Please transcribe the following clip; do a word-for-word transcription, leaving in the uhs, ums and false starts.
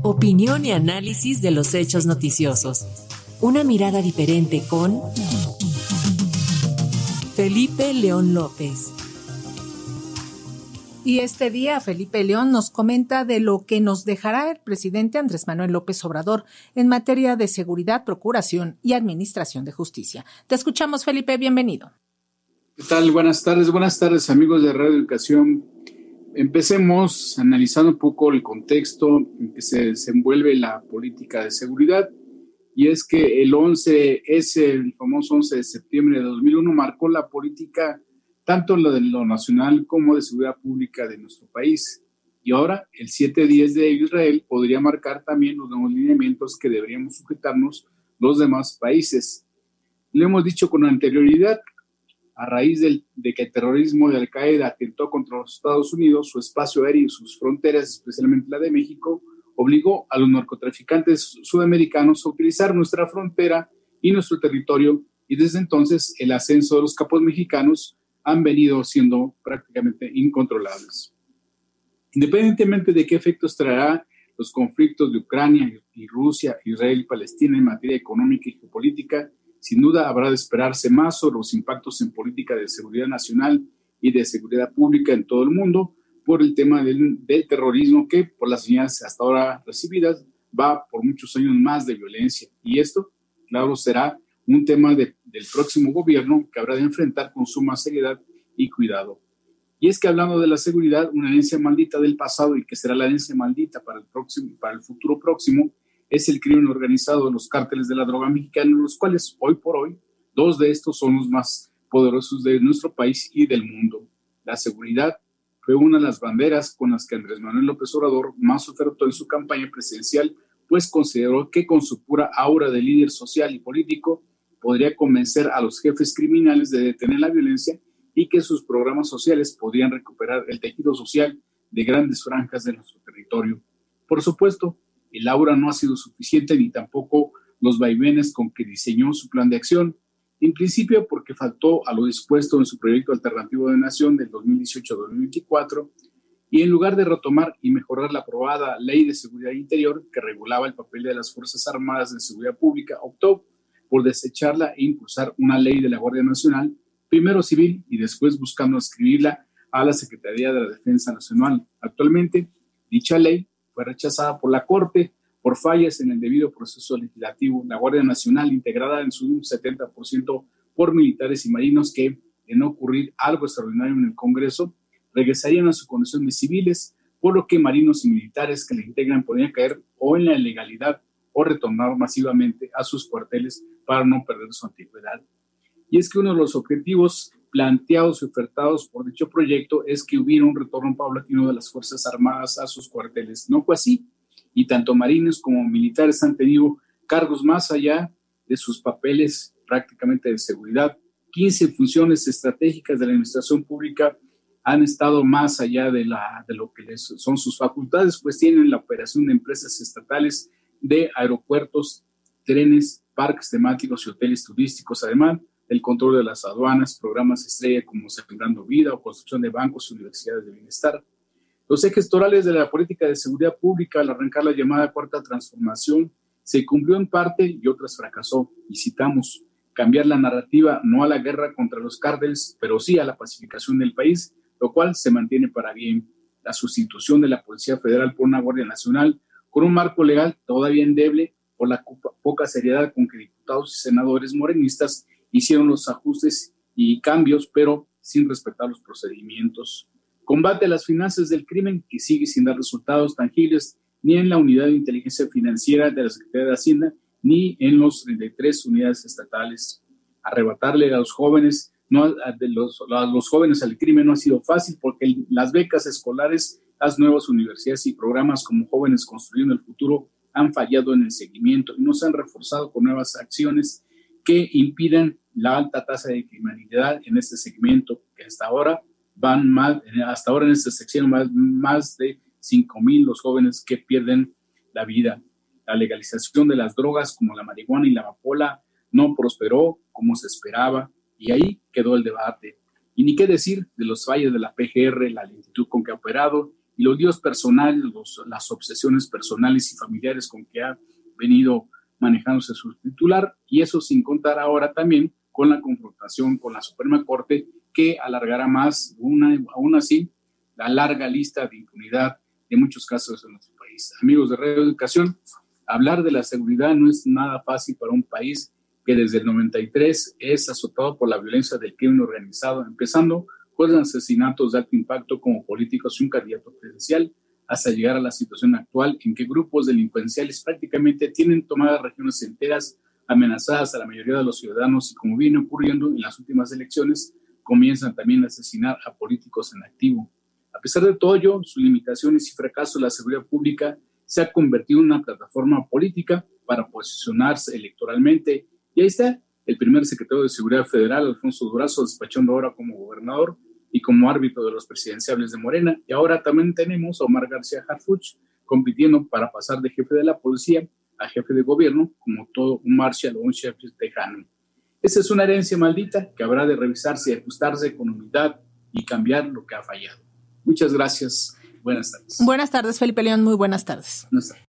Opinión y análisis de los hechos noticiosos. Una mirada diferente con Felipe León López. Y este día Felipe León nos comenta de lo que nos dejará el presidente Andrés Manuel López Obrador en materia de seguridad, procuración y administración de justicia. Te escuchamos, Felipe, bienvenido. ¿Qué tal? Buenas tardes, buenas tardes amigos de Radio Educación. Empecemos analizando un poco el contexto en que se desenvuelve la política de seguridad, y es que el once ese, el famoso once de septiembre de dos mil uno, marcó la política tanto lo de lo nacional como de seguridad pública de nuestro país. Y ahora el siete diez de Israel podría marcar también los nuevos lineamientos que deberíamos sujetarnos los demás países. Lo hemos dicho con anterioridad. A raíz del, de que el terrorismo de Al-Qaeda atentó contra los Estados Unidos, su espacio aéreo y sus fronteras, especialmente la de México, obligó a los narcotraficantes sudamericanos a utilizar nuestra frontera y nuestro territorio, y desde entonces el ascenso de los capos mexicanos han venido siendo prácticamente incontrolables. Independientemente de qué efectos traerá los conflictos de Ucrania y Rusia, Israel y Palestina en materia económica y geopolítica, sin duda habrá de esperarse más sobre los impactos en política de seguridad nacional y de seguridad pública en todo el mundo por el tema del, del terrorismo que, por las señales hasta ahora recibidas, va por muchos años más de violencia. Y esto, claro, será un tema de, del próximo gobierno que habrá de enfrentar con suma seriedad y cuidado. Y es que hablando de la seguridad, una herencia maldita del pasado y que será la herencia maldita para el, próximo, para el futuro próximo, es el crimen organizado de los cárteles de la droga mexicana, los cuales hoy por hoy, dos de estos son los más poderosos de nuestro país y del mundo. La seguridad fue una de las banderas con las que Andrés Manuel López Obrador más ofertó en su campaña presidencial, pues consideró que con su pura aura de líder social y político podría convencer a los jefes criminales de detener la violencia y que sus programas sociales podrían recuperar el tejido social de grandes franjas de nuestro territorio. Por supuesto, el aura no ha sido suficiente ni tampoco los vaivenes con que diseñó su plan de acción, en principio porque faltó a lo dispuesto en su proyecto alternativo de nación del dos mil dieciocho a dos mil veinticuatro, y en lugar de retomar y mejorar la aprobada Ley de Seguridad Interior que regulaba el papel de las Fuerzas Armadas en seguridad pública, optó por desecharla e impulsar una ley de la Guardia Nacional, primero civil y después buscando adscribirla a la Secretaría de la Defensa Nacional. Actualmente, dicha ley fue rechazada por la Corte por fallas en el debido proceso legislativo. La Guardia Nacional, integrada en su setenta por ciento por militares y marinos que, de no ocurrir algo extraordinario en el Congreso, regresarían a su condición de civiles, por lo que marinos y militares que la integran podrían caer o en la ilegalidad o retornar masivamente a sus cuarteles para no perder su antigüedad. Y es que uno de los objetivos planteados y ofertados por dicho proyecto es que hubiera un retorno paulatino de las Fuerzas Armadas a sus cuarteles. No fue así, y tanto marinos como militares han tenido cargos más allá de sus papeles prácticamente de seguridad. quince funciones estratégicas de la administración pública han estado más allá de, la, de lo que les son sus facultades, pues tienen la operación de empresas estatales de aeropuertos, trenes, parques temáticos y hoteles turísticos, además el control de las aduanas, programas estrella como Sembrando Vida o construcción de bancos y universidades de bienestar. Los ejes torales de la política de seguridad pública al arrancar la llamada Cuarta Transformación se cumplió en parte y otras fracasó. Y citamos, cambiar la narrativa no a la guerra contra los cárteles, pero sí a la pacificación del país, lo cual se mantiene para bien. La sustitución de la Policía Federal por una Guardia Nacional con un marco legal todavía endeble por la poca seriedad con que diputados y senadores morenistas hicieron los ajustes y cambios, pero sin respetar los procedimientos. Combate a las finanzas del crimen, que sigue sin dar resultados tangibles ni en la Unidad de Inteligencia Financiera de la Secretaría de Hacienda, ni en los treinta y tres unidades estatales. Arrebatarle a los jóvenes, no, a, de los, a los jóvenes al crimen no ha sido fácil, porque el, las becas escolares, las nuevas universidades y programas como Jóvenes Construyendo el Futuro han fallado en el seguimiento y no se han reforzado con nuevas acciones que impidan la alta tasa de criminalidad en este segmento, que hasta ahora van más, hasta ahora en esta sección más, más de cinco mil los jóvenes que pierden la vida. La legalización de las drogas como la marihuana y la amapola no prosperó como se esperaba, y ahí quedó el debate. Y ni qué decir de los fallos de la P G R, la lentitud con que ha operado y los líos personales, los, las obsesiones personales y familiares con que ha venido manejándose su titular, y eso sin contar ahora también con la confrontación con la Suprema Corte, que alargará más, una, aún así, la larga lista de impunidad de muchos casos en nuestro país. Amigos de Radio Educación, hablar de la seguridad no es nada fácil para un país que desde el noventa y tres es azotado por la violencia del crimen organizado, empezando con los asesinatos de alto impacto como políticos y un candidato presidencial, hasta llegar a la situación actual en que grupos delincuenciales prácticamente tienen tomadas regiones enteras, amenazadas a la mayoría de los ciudadanos, y como viene ocurriendo en las últimas elecciones, comienzan también a asesinar a políticos en activo. A pesar de todo ello, sus limitaciones y fracasos, la seguridad pública se ha convertido en una plataforma política para posicionarse electoralmente, y ahí está el primer secretario de Seguridad Federal, Alfonso Durazo, despachando ahora como gobernador y como árbitro de los presidenciables de Morena. Y ahora también tenemos a Omar García Harfuch compitiendo para pasar de jefe de la policía a jefe de gobierno, como todo un Marshall o un sheriff tejano. Esa es una herencia maldita que habrá de revisarse y ajustarse con humildad y cambiar lo que ha fallado. Muchas gracias. Buenas tardes. Buenas tardes, Felipe León. Muy buenas tardes. Buenas tardes.